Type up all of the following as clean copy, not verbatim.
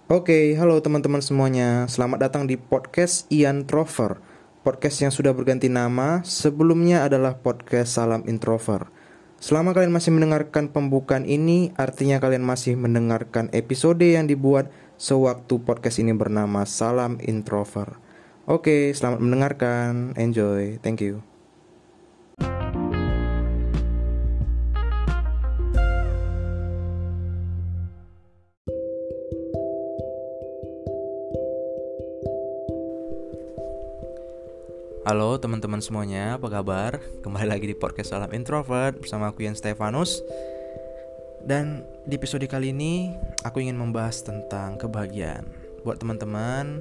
Oke, halo teman-teman semuanya. Selamat datang di podcast Ian Trover. Podcast yang sudah berganti nama, sebelumnya adalah podcast Salam Introver. Selama kalian masih mendengarkan pembukaan ini, artinya kalian masih mendengarkan episode yang dibuat sewaktu podcast ini bernama Salam Introver. Oke, selamat mendengarkan. Enjoy. Thank you. Halo teman-teman semuanya, apa kabar? Kembali lagi di podcast Salam Introvert bersama aku Ian Stefanus. Dan di episode kali ini aku ingin membahas tentang kebahagiaan. Buat teman-teman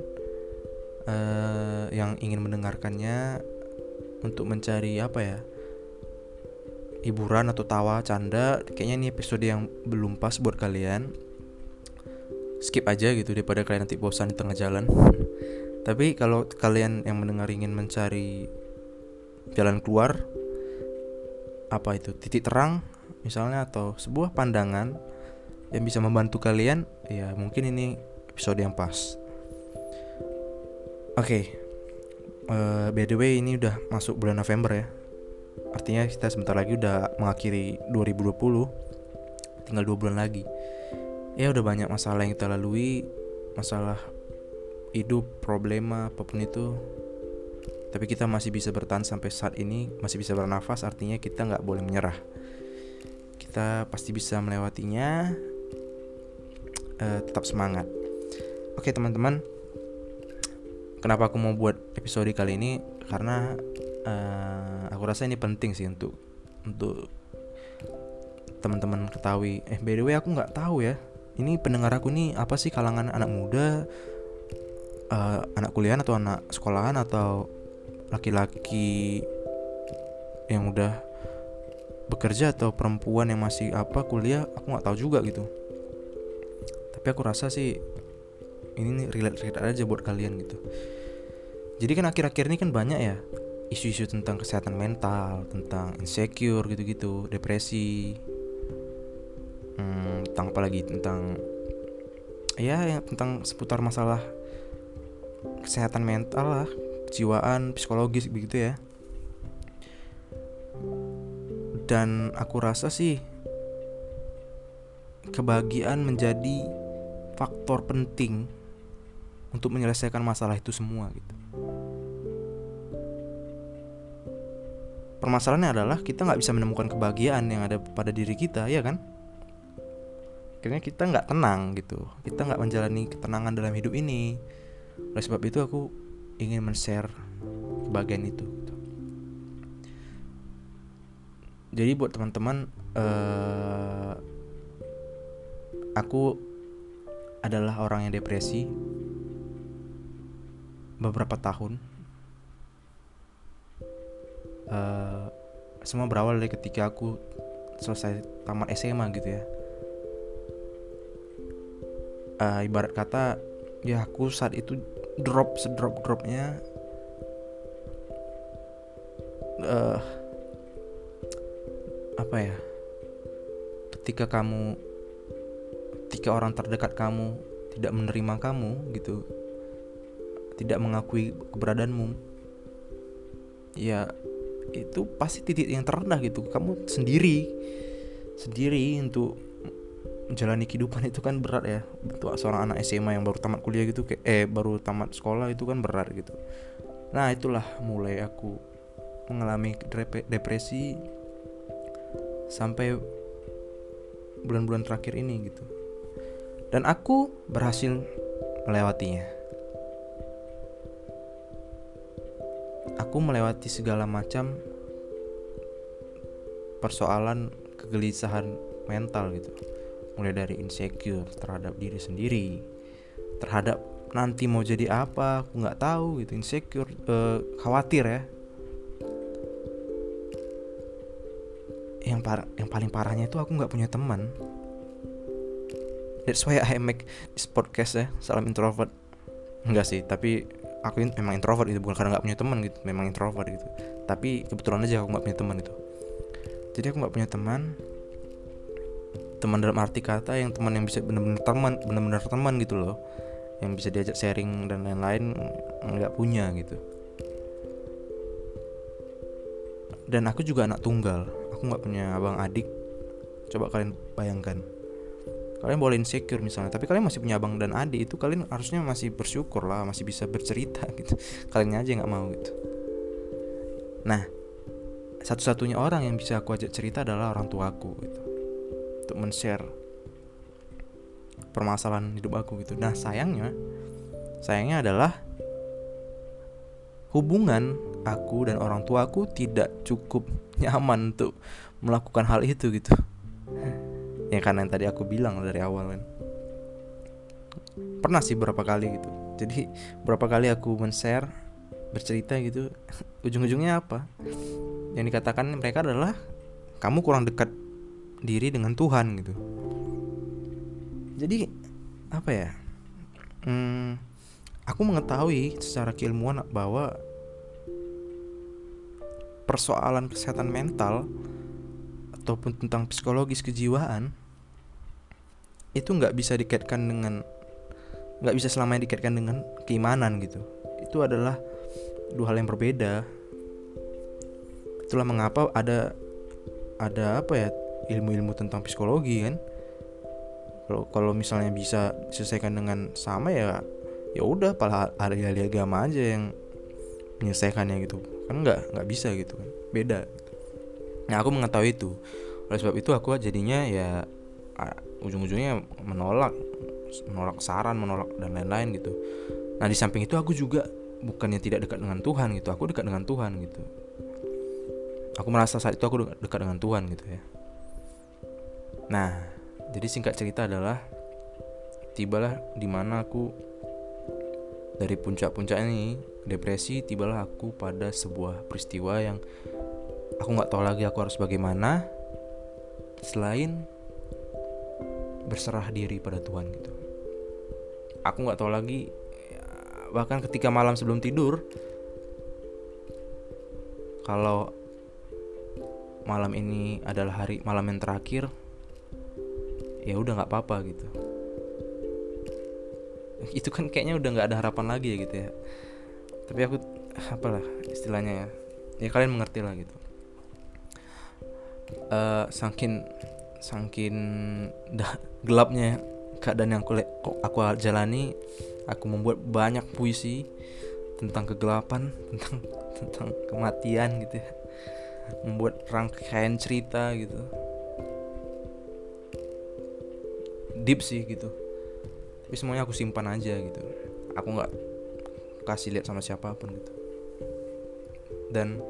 yang ingin mendengarkannya untuk mencari hiburan atau tawa, canda, kayaknya ini episode yang belum pas buat kalian. Skip aja gitu daripada kalian nanti bosan di tengah jalan. Tapi kalau kalian yang mendengar ingin mencari jalan keluar, titik terang misalnya, atau sebuah pandangan yang bisa membantu kalian, ya mungkin ini episode yang pas. Oke, by the way ini udah masuk bulan November ya. Artinya kita sebentar lagi udah mengakhiri 2020. Tinggal 2 bulan lagi. Ya udah banyak masalah yang kita lalui, masalah hidup, problema, apapun itu. Tapi kita masih bisa bertahan sampai saat ini, masih bisa bernafas, artinya kita gak boleh menyerah. Kita pasti bisa melewatinya. Tetap semangat. Oke teman-teman, kenapa aku mau buat episode kali ini? Karena aku rasa ini penting sih untuk teman-teman ketahui. By the way aku gak tahu ya, ini pendengar aku nih apa sih, kalangan anak muda, anak kuliahan atau anak sekolahan, atau laki-laki yang udah bekerja, atau perempuan yang masih kuliah, aku nggak tahu juga gitu. Tapi aku rasa sih ini relate aja buat kalian gitu. Jadi kan akhir-akhir ini kan banyak ya isu-isu tentang kesehatan mental, tentang insecure gitu-gitu, depresi, tentang tentang seputar masalah kesehatan mental lah, kejiwaan, psikologis begitu ya. Dan aku rasa sih kebahagiaan menjadi faktor penting untuk menyelesaikan masalah itu semua gitu. Permasalahannya adalah kita gak bisa menemukan kebahagiaan yang ada pada diri kita, ya kan? Akhirnya kita gak tenang gitu, kita gak menjalani ketenangan dalam hidup ini. Oleh sebab itu aku ingin men-share kebahagiaan itu gitu. Jadi buat teman-teman, aku adalah orang yang depresi beberapa tahun. Semua berawal dari ketika aku selesai tamat SMA gitu ya. Ibarat kata ya aku saat itu sedrop-dropnya ketika orang terdekat kamu tidak menerima kamu gitu, tidak mengakui keberadaanmu, ya itu pasti titik yang terendah gitu. Kamu sendiri untuk menjalani kehidupan itu kan berat ya. Untuk seorang anak SMA yang baru tamat kuliah gitu, baru tamat sekolah, itu kan berat gitu. Nah itulah mulai aku mengalami depresi sampai bulan-bulan terakhir ini gitu. Dan aku berhasil melewatinya. Aku melewati segala macam persoalan kegelisahan mental gitu. Mulai dari insecure terhadap diri sendiri, terhadap nanti mau jadi apa, aku gak tahu gitu. Insecure, khawatir ya. Yang paling parahnya itu aku gak punya teman. That's why I make this podcast ya, Salam Introvert. Enggak sih, tapi aku memang introvert gitu, bukan karena gak punya teman gitu, memang introvert gitu. Tapi kebetulan aja aku gak punya teman gitu. Jadi aku gak punya teman. Teman dalam arti kata yang teman yang bisa benar-benar teman gitu loh, yang bisa diajak sharing dan lain-lain, nggak punya gitu. Dan aku juga anak tunggal, aku nggak punya abang adik. Coba kalian bayangkan, kalian boleh insecure misalnya, tapi kalian masih punya abang dan adik, itu kalian harusnya masih bersyukur lah, masih bisa bercerita gitu. Kalian aja nggak mau gitu. Nah, satu-satunya orang yang bisa aku ajak cerita adalah orang tuaku gitu, untuk men-share permasalahan hidup aku gitu. Nah, sayangnya adalah hubungan aku dan orang tuaku tidak cukup nyaman untuk melakukan hal itu gitu. Ya karena yang tadi aku bilang dari awal kan. Pernah sih berapa kali gitu. Jadi berapa kali aku men-share, bercerita gitu, ujung-ujungnya apa? Yang dikatakan mereka adalah kamu kurang dekat diri dengan Tuhan gitu. Jadi apa ya? Aku mengetahui secara keilmuan bahwa persoalan kesehatan mental ataupun tentang psikologis kejiwaan itu nggak bisa selamanya dikaitkan dengan keimanan gitu. Itu adalah dua hal yang berbeda. Itulah mengapa ada apa ya, ilmu-ilmu tentang psikologi kan. Kalau misalnya bisa diselesaikan dengan sama ya udah, para ahli agama aja yang menyelesaikannya gitu kan, nggak bisa gitu kan, beda. Nah, aku mengetahui itu. Oleh sebab itu aku jadinya ya ujung-ujungnya menolak saran, menolak dan lain-lain gitu. Nah, di samping itu aku juga bukannya tidak dekat dengan Tuhan gitu, aku dekat dengan Tuhan gitu. Aku merasa saat itu aku dekat dengan Tuhan gitu ya. Nah, jadi singkat cerita adalah tibalah dimana aku dari puncak-puncak ini depresi, tibalah aku pada sebuah peristiwa yang aku nggak tahu lagi aku harus bagaimana selain berserah diri pada Tuhan gitu. Aku nggak tahu lagi, bahkan ketika malam sebelum tidur, kalau malam ini adalah malam yang terakhir, ya udah nggak apa-apa gitu. Itu kan kayaknya udah nggak ada harapan lagi ya gitu ya. Tapi aku apalah istilahnya ya kalian mengerti lah gitu. Sangkin gelapnya keadaan yang aku jalani, aku membuat banyak puisi tentang kegelapan, tentang kematian gitu ya. Membuat rangkaian cerita gitu, deep sih gitu. Tapi semuanya aku simpan aja gitu. Aku nggak kasih lihat sama siapapun gitu. Dan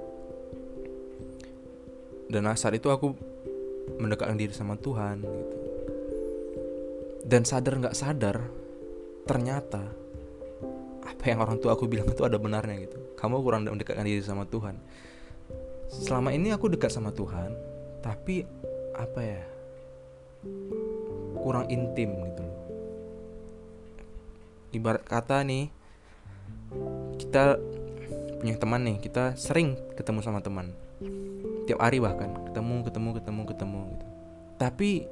saat itu aku mendekatkan diri sama Tuhan gitu. Dan sadar nggak sadar, ternyata apa yang orang tua aku bilang itu ada benarnya gitu. Kamu kurang mendekatkan diri sama Tuhan. Selama ini aku dekat sama Tuhan, tapi apa ya, kurang intim gitu loh. Ibarat kata nih, kita punya teman nih, kita sering ketemu sama teman, tiap hari bahkan ketemu gitu. Tapi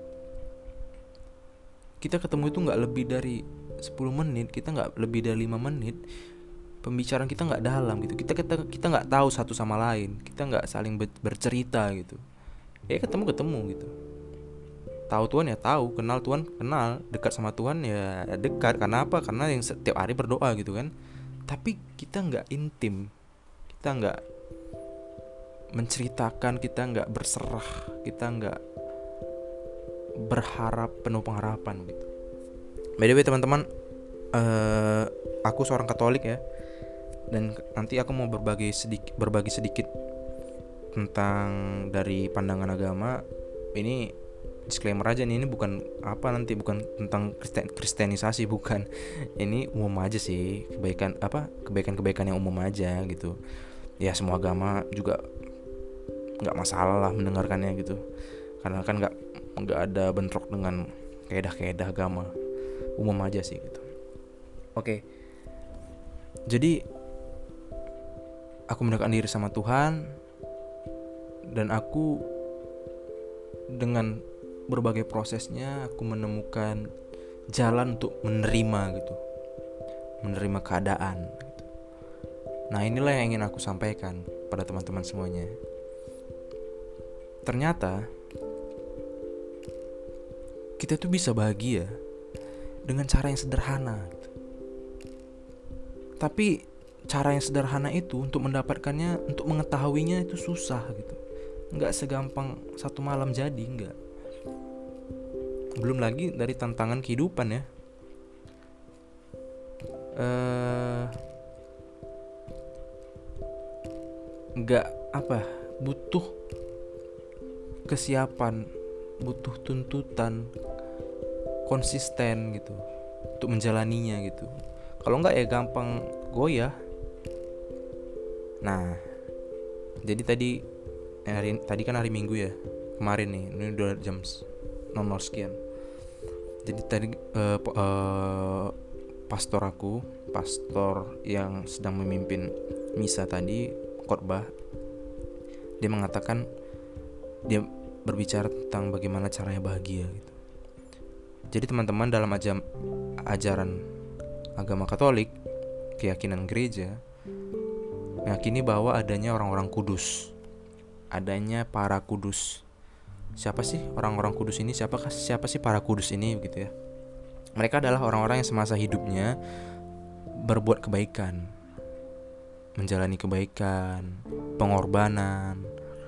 kita ketemu itu nggak lebih dari 10 menit, kita nggak lebih dari 5 menit. Pembicaraan kita nggak dalam gitu. Kita nggak tahu satu sama lain. Kita nggak saling bercerita gitu. Ya ketemu gitu. Tahu Tuhan ya tahu, kenal Tuhan kenal, dekat sama Tuhan ya dekat. Karena apa? Karena yang setiap hari berdoa gitu kan. Tapi kita nggak intim. Kita nggak menceritakan, kita nggak berserah, kita nggak berharap, penuh pengharapan gitu. By the way teman-teman, aku seorang Katolik ya, dan nanti aku mau berbagi sedikit tentang dari pandangan agama. Ini disclaimer aja nih, ini bukan tentang kristenisasi, bukan. Ini umum aja sih, kebaikan yang umum aja gitu. Ya semua agama juga nggak masalah lah mendengarkannya gitu, karena kan nggak ada bentrok dengan kaedah agama, umum aja sih gitu. Oke. Jadi aku mendekatkan diri sama Tuhan, dan aku dengan berbagai prosesnya aku menemukan jalan untuk menerima gitu, menerima keadaan gitu. Nah, inilah yang ingin aku sampaikan pada teman-teman semuanya. Ternyata kita tuh bisa bahagia dengan cara yang sederhana gitu. Tapi cara yang sederhana itu untuk mendapatkannya, untuk mengetahuinya itu susah gitu. Nggak segampang satu malam jadi, nggak. Belum lagi dari tantangan kehidupan ya. Nggak butuh kesiapan, butuh tuntutan, konsisten gitu untuk menjalaninya gitu. Kalau nggak ya gampang goyah. Nah, jadi tadi kan hari Minggu ya, kemarin nih, ini udah jam 00 sekian. Jadi tadi pastor yang sedang memimpin misa tadi, khotbah, dia mengatakan, dia berbicara tentang bagaimana caranya bahagia gitu. Jadi teman-teman, dalam ajaran agama Katolik, keyakinan gereja meyakini bahwa adanya orang-orang kudus, adanya para kudus. Siapa sih orang-orang kudus ini? Siapa sih para kudus ini gitu ya? Mereka adalah orang-orang yang semasa hidupnya berbuat kebaikan, menjalani kebaikan, pengorbanan,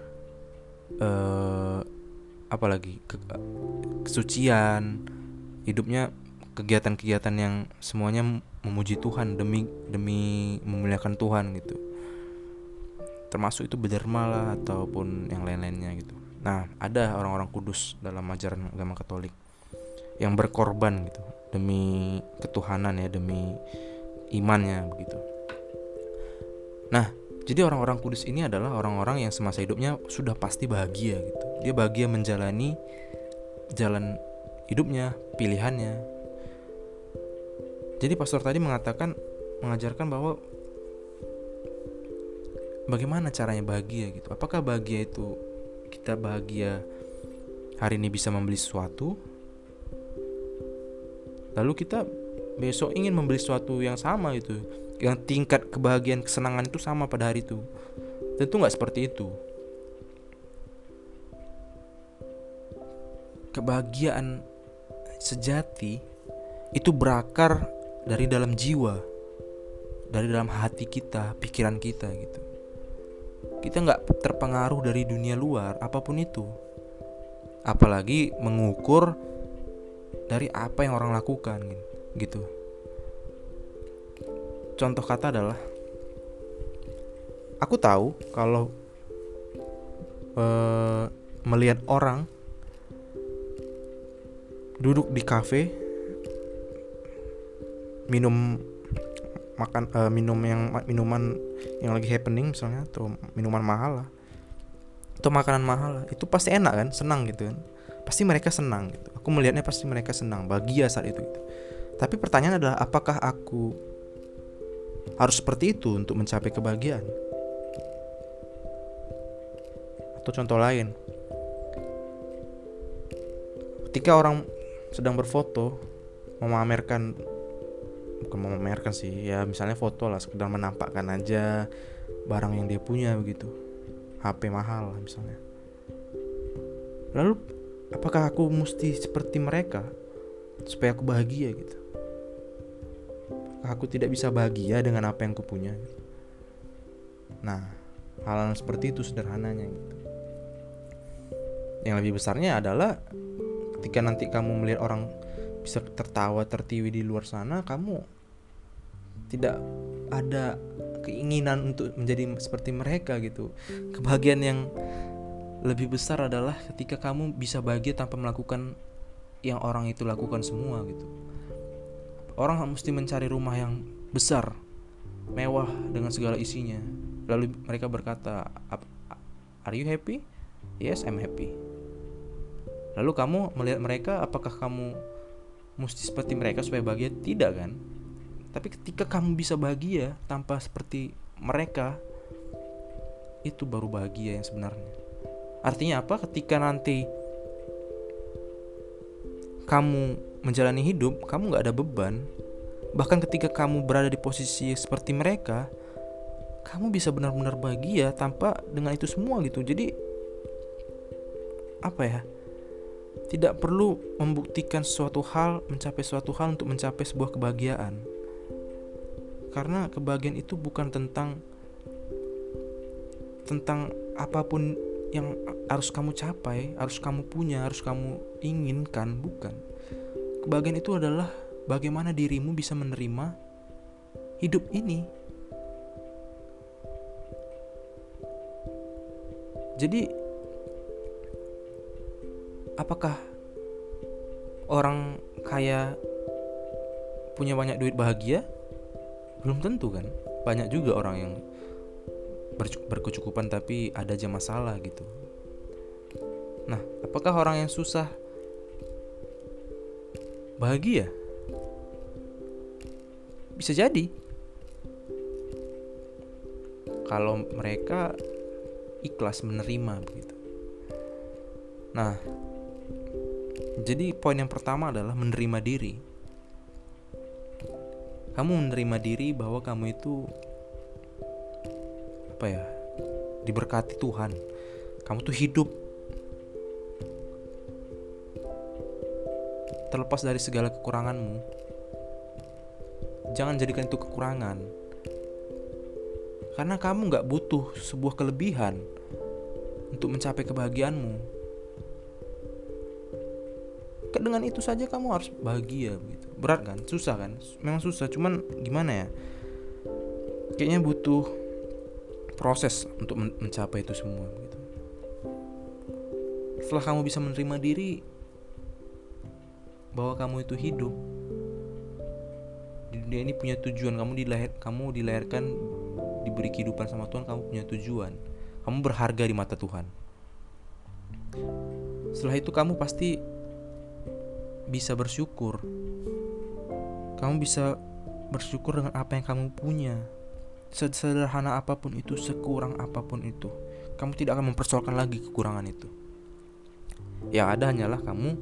kesucian, hidupnya kegiatan-kegiatan yang semuanya memuji Tuhan, demi memuliakan Tuhan gitu. Termasuk itu berderma lah ataupun yang lain-lainnya gitu. Nah, ada orang-orang kudus dalam ajaran agama Katolik yang berkorban gitu demi ketuhanan ya, demi imannya begitu. Nah, jadi orang-orang kudus ini adalah orang-orang yang semasa hidupnya sudah pasti bahagia gitu. Dia bahagia menjalani jalan hidupnya, pilihannya. Jadi pastor tadi mengajarkan bahwa bagaimana caranya bahagia gitu. Apakah bahagia itu kita bahagia hari ini bisa membeli sesuatu, lalu kita besok ingin membeli sesuatu yang sama gitu, yang tingkat kebahagiaan, kesenangan itu sama pada hari itu? Tentu gak seperti itu. Kebahagiaan sejati itu berakar dari dalam jiwa, dari dalam hati kita, pikiran kita gitu. Kita gak terpengaruh dari dunia luar apapun itu, apalagi mengukur dari apa yang orang lakukan gitu. Contoh kata adalah, aku tahu kalau melihat orang duduk di kafe minuman yang lagi happening misalnya, atau minuman mahal lah, atau makanan mahal lah, itu pasti enak kan, senang gitu kan, pasti mereka senang gitu. Aku melihatnya pasti mereka senang, bahagia saat itu gitu. Tapi pertanyaan adalah, apakah aku harus seperti itu untuk mencapai kebahagiaan? Atau contoh lain, ketika orang sedang berfoto, bukan memamerkan sih ya, misalnya foto lah, sekedar menampakkan aja barang yang dia punya begitu, HP mahal misalnya. Lalu apakah aku mesti seperti mereka supaya aku bahagia gitu? Aku tidak bisa bahagia dengan apa yang aku punya gitu. Nah, hal-hal seperti itu sederhananya gitu. Yang lebih besarnya adalah ketika nanti kamu melihat orang bisa tertawa, tertiwi di luar sana, kamu tidak ada keinginan untuk menjadi seperti mereka gitu. Kebahagiaan yang lebih besar adalah ketika kamu bisa bahagia tanpa melakukan yang orang itu lakukan semua gitu. Orang mesti mencari rumah yang besar, mewah dengan segala isinya, lalu mereka berkata, "Are you happy?" "Yes, I'm happy." Lalu kamu melihat mereka, apakah kamu mesti seperti mereka supaya bahagia? Tidak kan? Tapi ketika kamu bisa bahagia tanpa seperti mereka, itu baru bahagia yang sebenarnya. Artinya apa? Ketika nanti kamu menjalani hidup, kamu gak ada beban. Bahkan ketika kamu berada di posisi seperti mereka, kamu bisa benar-benar bahagia tanpa dengan itu semua gitu. Jadi apa ya, tidak perlu membuktikan suatu hal, mencapai suatu hal untuk mencapai sebuah kebahagiaan. Karena kebahagiaan itu bukan tentang apapun yang harus kamu capai, harus kamu punya, harus kamu inginkan, bukan. Kebahagiaan itu adalah bagaimana dirimu bisa menerima hidup ini. Jadi apakah orang kaya punya banyak duit bahagia? Belum tentu kan. Banyak juga orang yang berkecukupan tapi ada aja masalah gitu. Nah, apakah orang yang susah bahagia? Bisa jadi, kalau mereka ikhlas menerima begitu. Nah, jadi poin yang pertama adalah menerima diri. Kamu menerima diri bahwa kamu itu diberkati Tuhan. Kamu tuh hidup terlepas dari segala kekuranganmu. Jangan jadikan itu kekurangan, karena kamu gak butuh sebuah kelebihan untuk mencapai kebahagiaanmu. Dengan itu saja kamu harus bahagia gitu. Berat kan? Susah kan? Memang susah, cuman gimana ya, kayaknya butuh proses untuk mencapai itu semua gitu. Setelah kamu bisa menerima diri bahwa kamu itu hidup di dunia ini, punya tujuan. Kamu dilahirkan, diberi kehidupan sama Tuhan. Kamu punya tujuan. Kamu berharga di mata Tuhan. Setelah itu kamu pasti bisa bersyukur. Kamu bisa bersyukur dengan apa yang kamu punya. Sederhana apapun itu, sekurang apapun itu, kamu tidak akan mempersoalkan lagi kekurangan itu. Yang ada hanyalah kamu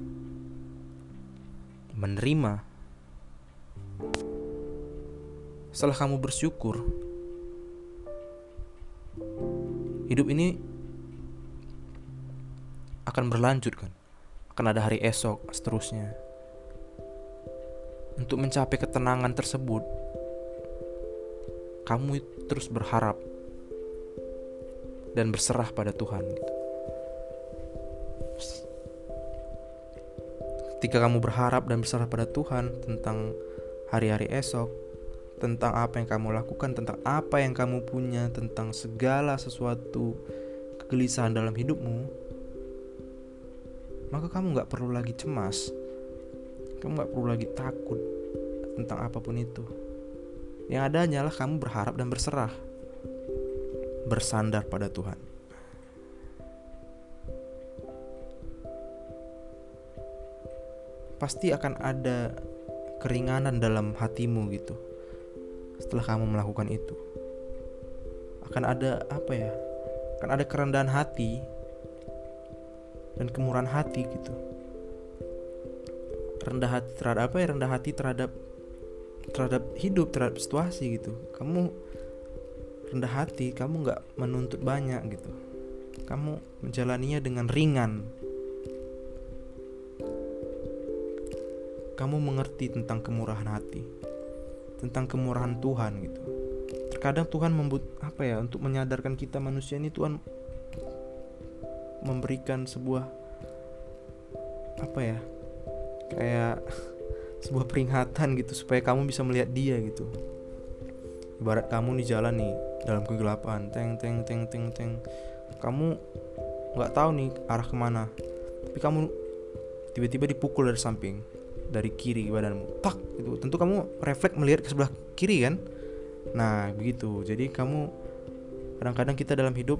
menerima. Setelah kamu bersyukur, hidup ini akan berlanjut kan. Akan ada hari esok, seterusnya. Untuk mencapai ketenangan tersebut, kamu terus berharap dan berserah pada Tuhan gitu. Ketika kamu berharap dan berserah pada Tuhan tentang hari-hari esok, tentang apa yang kamu lakukan, tentang apa yang kamu punya, tentang segala sesuatu kegelisahan dalam hidupmu, maka kamu gak perlu lagi cemas. Kamu gak perlu lagi takut tentang apapun itu. Yang ada hanyalah kamu berharap dan berserah, bersandar pada Tuhan. Pasti akan ada keringanan dalam hatimu gitu. Setelah kamu melakukan itu, akan ada akan ada kerendahan hati dan kemurahan hati gitu. Rendah hati terhadap hidup, terhadap situasi gitu. Kamu rendah hati, kamu gak menuntut banyak gitu. Kamu menjalaninya dengan ringan. Kamu mengerti tentang kemurahan hati, tentang kemurahan Tuhan gitu. Terkadang Tuhan untuk menyadarkan kita manusia ini, Tuhan memberikan sebuah kayak sebuah peringatan gitu, supaya kamu bisa melihat Dia gitu. Ibarat kamu di jalan nih dalam kegelapan, teng. Kamu nggak tahu nih arah kemana, tapi kamu tiba-tiba dipukul dari samping, dari kiri badanmu, tak gitu. Tentu kamu refleks melihat ke sebelah kiri kan. Nah begitu. Jadi kadang-kadang kita dalam hidup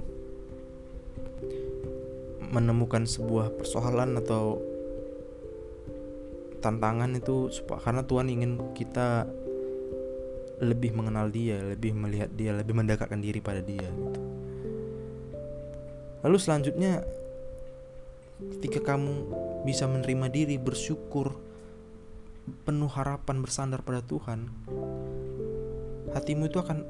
menemukan sebuah persoalan atau tantangan itu karena Tuhan ingin kita lebih mengenal Dia, lebih melihat Dia, lebih mendekatkan diri pada Dia gitu. Lalu selanjutnya, ketika kamu bisa menerima diri, bersyukur, penuh harapan, bersandar pada Tuhan, hatimu itu akan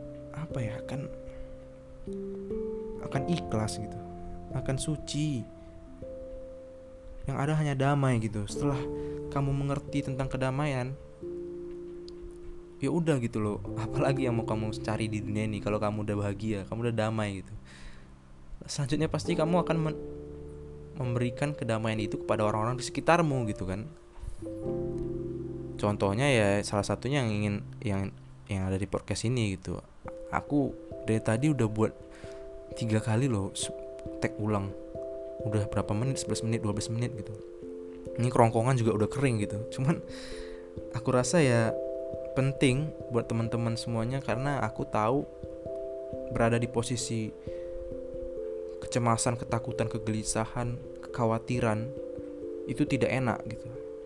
akan ikhlas gitu, akan suci, yang ada hanya damai gitu. Setelah kamu mengerti tentang kedamaian, ya udah gitu loh, apalagi yang mau kamu cari di dunia ini. Kalau kamu udah bahagia, kamu udah damai gitu, selanjutnya pasti kamu akan memberikan kedamaian itu kepada orang-orang di sekitarmu gitu kan. Contohnya ya salah satunya yang ada di podcast ini gitu. Aku dari tadi udah buat 3 kali loh tag ulang. Udah berapa menit, 11 menit, 12 menit gitu. Ini kerongkongan juga udah kering gitu. Cuman aku rasa ya penting buat teman-teman semuanya, karena aku tahu berada di posisi kecemasan, ketakutan, kegelisahan, kekhawatiran itu tidak enak gitu.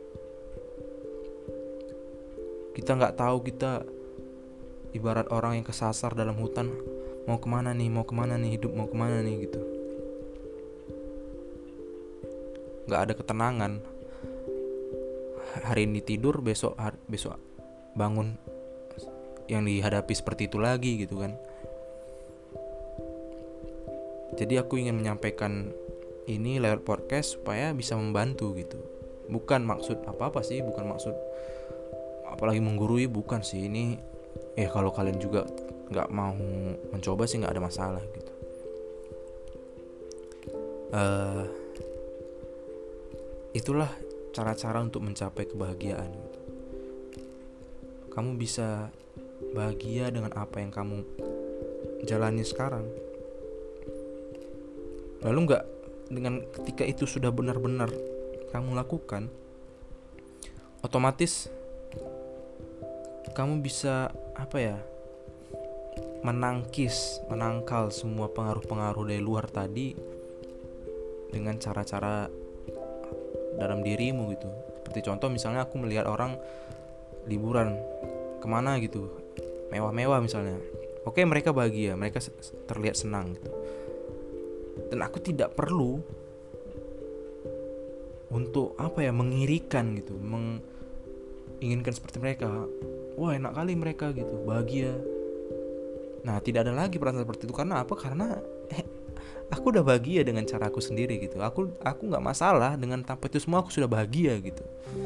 Kita nggak tahu, kita ibarat orang yang kesasar dalam hutan, mau kemana nih, hidup mau kemana nih gitu. Nggak ada ketenangan. Hari ini tidur, besok bangun yang dihadapi seperti itu lagi gitu kan. Jadi aku ingin menyampaikan ini lewat podcast supaya bisa membantu gitu. Bukan maksud apa-apa sih, bukan maksud apalagi menggurui, bukan sih. Ini kalau kalian juga nggak mau mencoba sih nggak ada masalah gitu. Itulah cara-cara untuk mencapai kebahagiaan gitu. Kamu bisa bahagia dengan apa yang kamu jalani sekarang. Lalu nggak dengan ketika itu sudah benar-benar kamu lakukan, otomatis kamu bisa menangkal semua pengaruh-pengaruh dari luar tadi dengan cara-cara dalam dirimu gitu. Seperti contoh misalnya aku melihat orang liburan kemana gitu, mewah-mewah misalnya. Oke, mereka bahagia, mereka terlihat senang gitu. Dan aku tidak perlu untuk mengirikan gitu, menginginkan seperti mereka. Wah, enak kali mereka gitu, bahagia. Nah, tidak ada lagi perasaan seperti itu. Karena apa? Karena aku udah bahagia dengan cara aku sendiri gitu. Aku nggak masalah dengan tanpa itu semua, aku sudah bahagia gitu.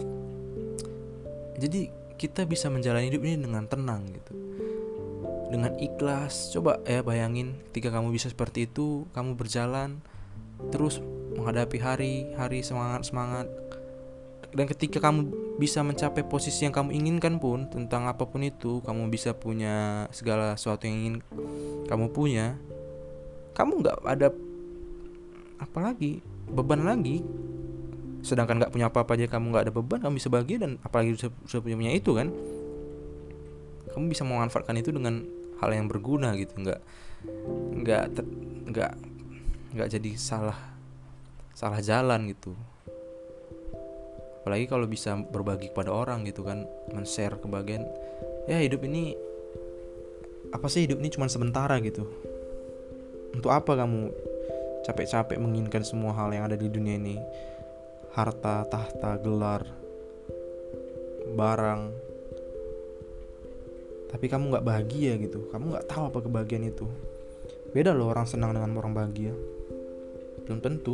Jadi kita bisa menjalani hidup ini dengan tenang gitu, dengan ikhlas. Coba bayangin ketika kamu bisa seperti itu, kamu berjalan terus menghadapi hari-hari semangat. Dan ketika kamu bisa mencapai posisi yang kamu inginkan pun, tentang apapun itu, kamu bisa punya segala sesuatu yang ingin kamu punya, kamu gak ada beban lagi. Sedangkan gak punya apa-apa aja kamu gak ada beban, kamu bisa bahagia. Dan apalagi sudah punya itu kan, kamu bisa memanfaatkan itu dengan hal yang berguna gitu. Gak jadi salah jalan gitu. Apalagi kalau bisa berbagi kepada orang gitu kan, men-share kebahagiaan. Hidup ini cuma sementara gitu. Untuk apa kamu capek-capek menginginkan semua hal yang ada di dunia ini? Harta, tahta, gelar, barang, tapi kamu gak bahagia gitu. Kamu gak tahu apa kebahagiaan itu. Beda loh orang senang dengan orang bahagia. Belum tentu.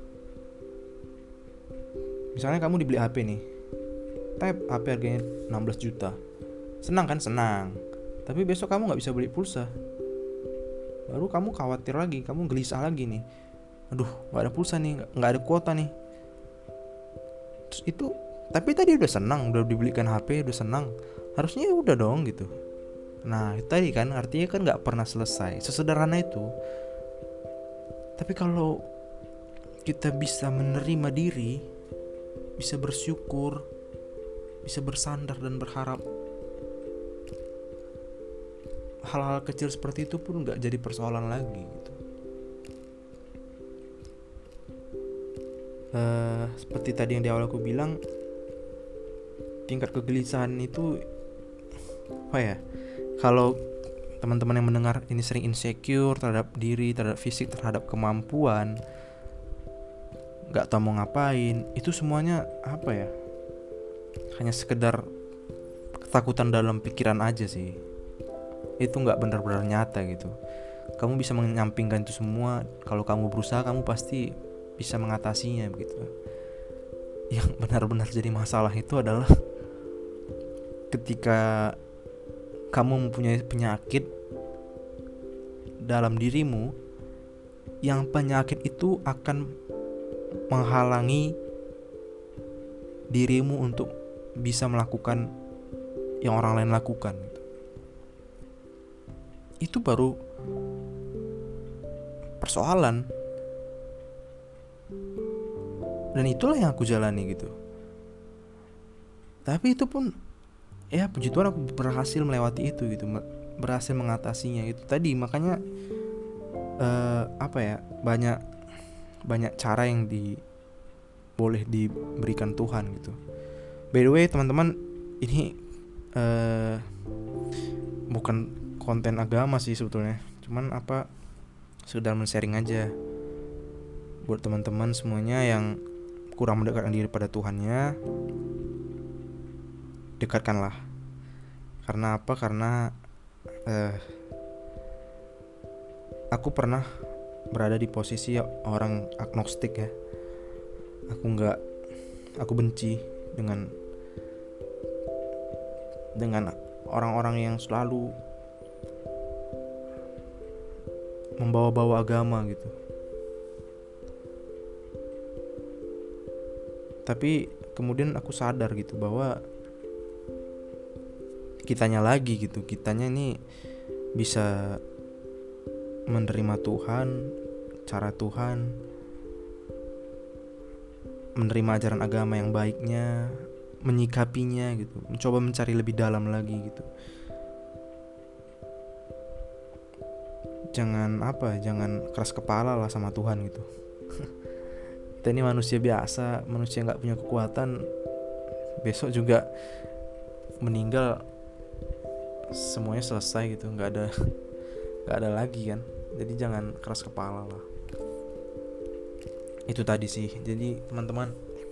Misalnya kamu dibeli HP nih, HP harganya 16 juta. Senang kan? Senang. Tapi besok kamu gak bisa beli pulsa. Baru kamu khawatir lagi, kamu gelisah lagi nih. Aduh, gak ada pulsa nih, gak ada kuota nih. Terus itu, tapi tadi udah senang, udah dibelikan HP, udah senang. Harusnya udah dong gitu. Nah itu tadi kan, artinya kan gak pernah selesai. Sesederhana itu. Tapi kalau kita bisa menerima diri, bisa bersyukur, bisa bersandar dan berharap, hal-hal kecil seperti itu pun gak jadi persoalan lagi gitu. Seperti tadi yang di awal aku bilang, tingkat kegelisahan itu kalau teman-teman yang mendengar ini sering insecure terhadap diri, terhadap fisik, terhadap kemampuan, gak tahu mau ngapain, itu semuanya apa ya, hanya sekedar ketakutan dalam pikiran aja sih. Itu gak benar-benar nyata gitu. Kamu bisa menyampingkan itu semua. Kalau kamu berusaha, kamu pasti bisa mengatasinya begitu. Yang benar-benar jadi masalah itu adalah ketika kamu mempunyai penyakit dalam dirimu, yang penyakit itu akan menghalangi dirimu untuk bisa melakukan yang orang lain lakukan gitu. Itu baru persoalan. Dan itulah yang aku jalani gitu. Tapi itu pun ya puji Tuhan aku berhasil melewati itu gitu, berhasil mengatasinya itu tadi. Makanya banyak cara yang boleh diberikan Tuhan gitu. By the way teman-teman, ini bukan konten agama sih sebetulnya, cuman sekedar men-sharing aja buat teman-teman semuanya yang kurang mendekatkan diri pada Tuhannya. Dekatkanlah. Karena apa? Karena aku pernah berada di posisi orang agnostik ya. Aku benci dengan orang-orang yang selalu membawa-bawa agama gitu. Tapi kemudian aku sadar gitu bahwa kitanya ini bisa menerima Tuhan, cara Tuhan, menerima ajaran agama yang baiknya, menyikapinya gitu, mencoba mencari lebih dalam lagi gitu. Jangan keras kepala lah sama Tuhan gitu. Kita ini manusia biasa, manusia gak punya kekuatan. Besok juga meninggal, semuanya selesai gitu, gak ada lagi kan. Jadi jangan keras kepala lah. Itu tadi sih. Jadi teman-teman,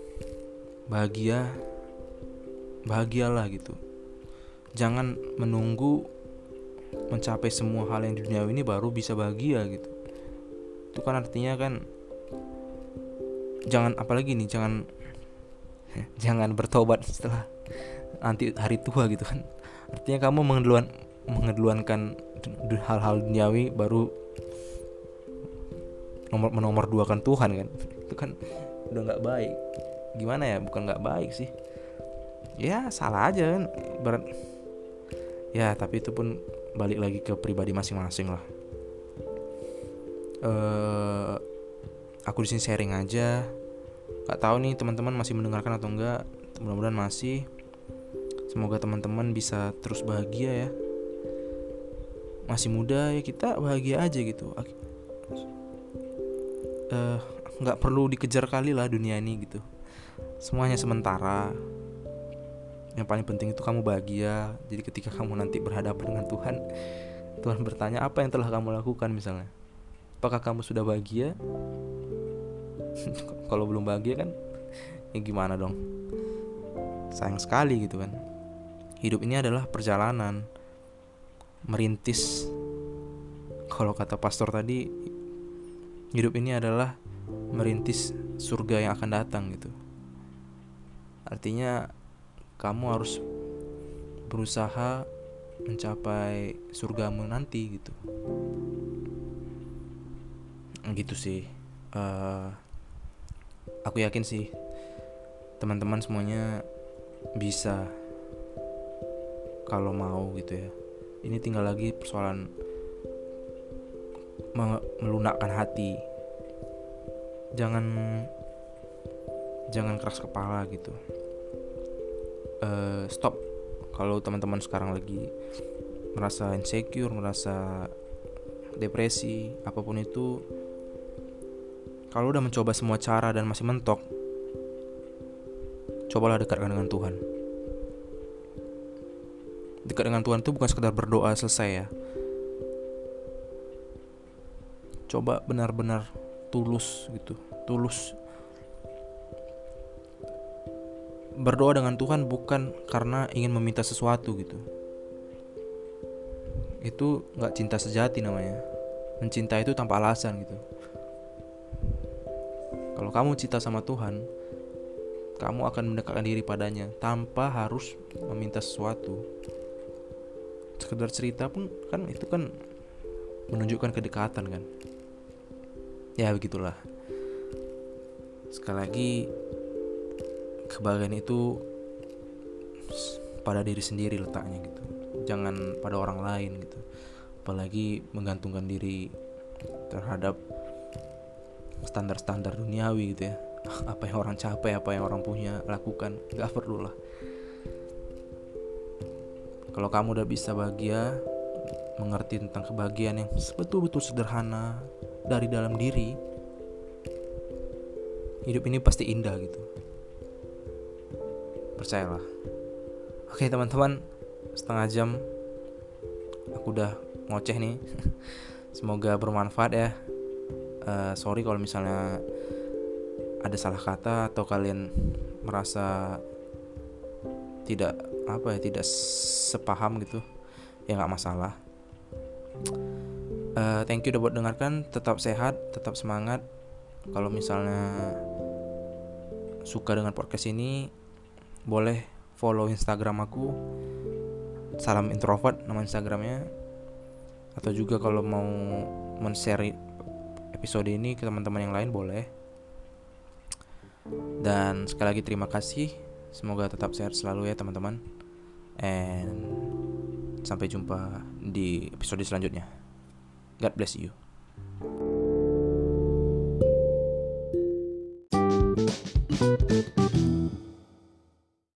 bahagialah gitu. Jangan menunggu mencapai semua hal yang di dunia ini baru bisa bahagia gitu. Itu kan artinya kan jangan bertobat setelah nanti hari tua gitu kan. Artinya kamu mengedepankan hal-hal duniawi baru menomorduakan Tuhan kan. Itu kan udah gak baik. Gimana ya, bukan gak baik sih, ya salah aja kan ya. Tapi itu pun balik lagi ke pribadi masing-masing lah. Aku di sini sharing aja. Gak tahu nih teman-teman masih mendengarkan atau enggak. Mudah-mudahan masih. Semoga teman-teman bisa terus bahagia ya. Masih muda ya, kita bahagia aja gitu. Gak perlu dikejar kali lah dunia ini gitu. Semuanya sementara. Yang paling penting itu kamu bahagia. Jadi ketika kamu nanti berhadapan dengan Tuhan, Tuhan bertanya apa yang telah kamu lakukan misalnya. Apakah kamu sudah bahagia? Kalau belum bahagia kan ya gimana dong. Sayang sekali gitu kan. Hidup ini adalah perjalanan, merintis. Kalau kata pastor tadi, hidup ini adalah merintis surga yang akan datang gitu. Artinya kamu harus berusaha mencapai surgamu nanti gitu. Gitu sih. Aku yakin sih teman-teman semuanya bisa kalau mau gitu ya. Ini tinggal lagi persoalan melunakkan hati. Jangan keras kepala gitu. Stop. Kalau teman-teman sekarang lagi merasa insecure, merasa depresi, apapun itu, kalau udah mencoba semua cara dan masih mentok, cobalah dekatkan dengan Tuhan. Dekat dengan Tuhan itu bukan sekedar berdoa selesai ya. Coba benar-benar tulus gitu. Tulus berdoa dengan Tuhan bukan karena ingin meminta sesuatu gitu. Itu gak cinta sejati namanya. Mencinta itu tanpa alasan gitu. Kalau kamu cinta sama Tuhan, kamu akan mendekatkan diri padanya tanpa harus meminta sesuatu. Sekedar cerita pun kan itu kan menunjukkan kedekatan kan. Ya begitulah. Sekali lagi, kebahagiaan itu pada diri sendiri letaknya gitu. Jangan pada orang lain gitu. Apalagi menggantungkan diri terhadap standar-standar duniawi gitu ya. Apa yang orang capai, apa yang orang punya lakukan, gak perlu lah. Kalau kamu udah bisa bahagia, mengerti tentang kebahagiaan yang betul-betul sederhana dari dalam diri, hidup ini pasti indah gitu. Percayalah. Oke teman-teman, setengah jam aku udah ngoceh nih. Semoga bermanfaat ya. Sorry kalau misalnya ada salah kata atau kalian merasa tidak sepaham gitu, ya nggak masalah. Thank you udah buat dengarkan. Tetap sehat, tetap semangat. Kalau misalnya suka dengan podcast ini, boleh follow Instagram aku, Salam Introvert nama Instagramnya. Atau juga kalau mau men-share episode ini ke teman-teman yang lain boleh. Dan sekali lagi terima kasih. Semoga tetap sehat selalu ya teman-teman. And sampai jumpa di episode selanjutnya. God bless you.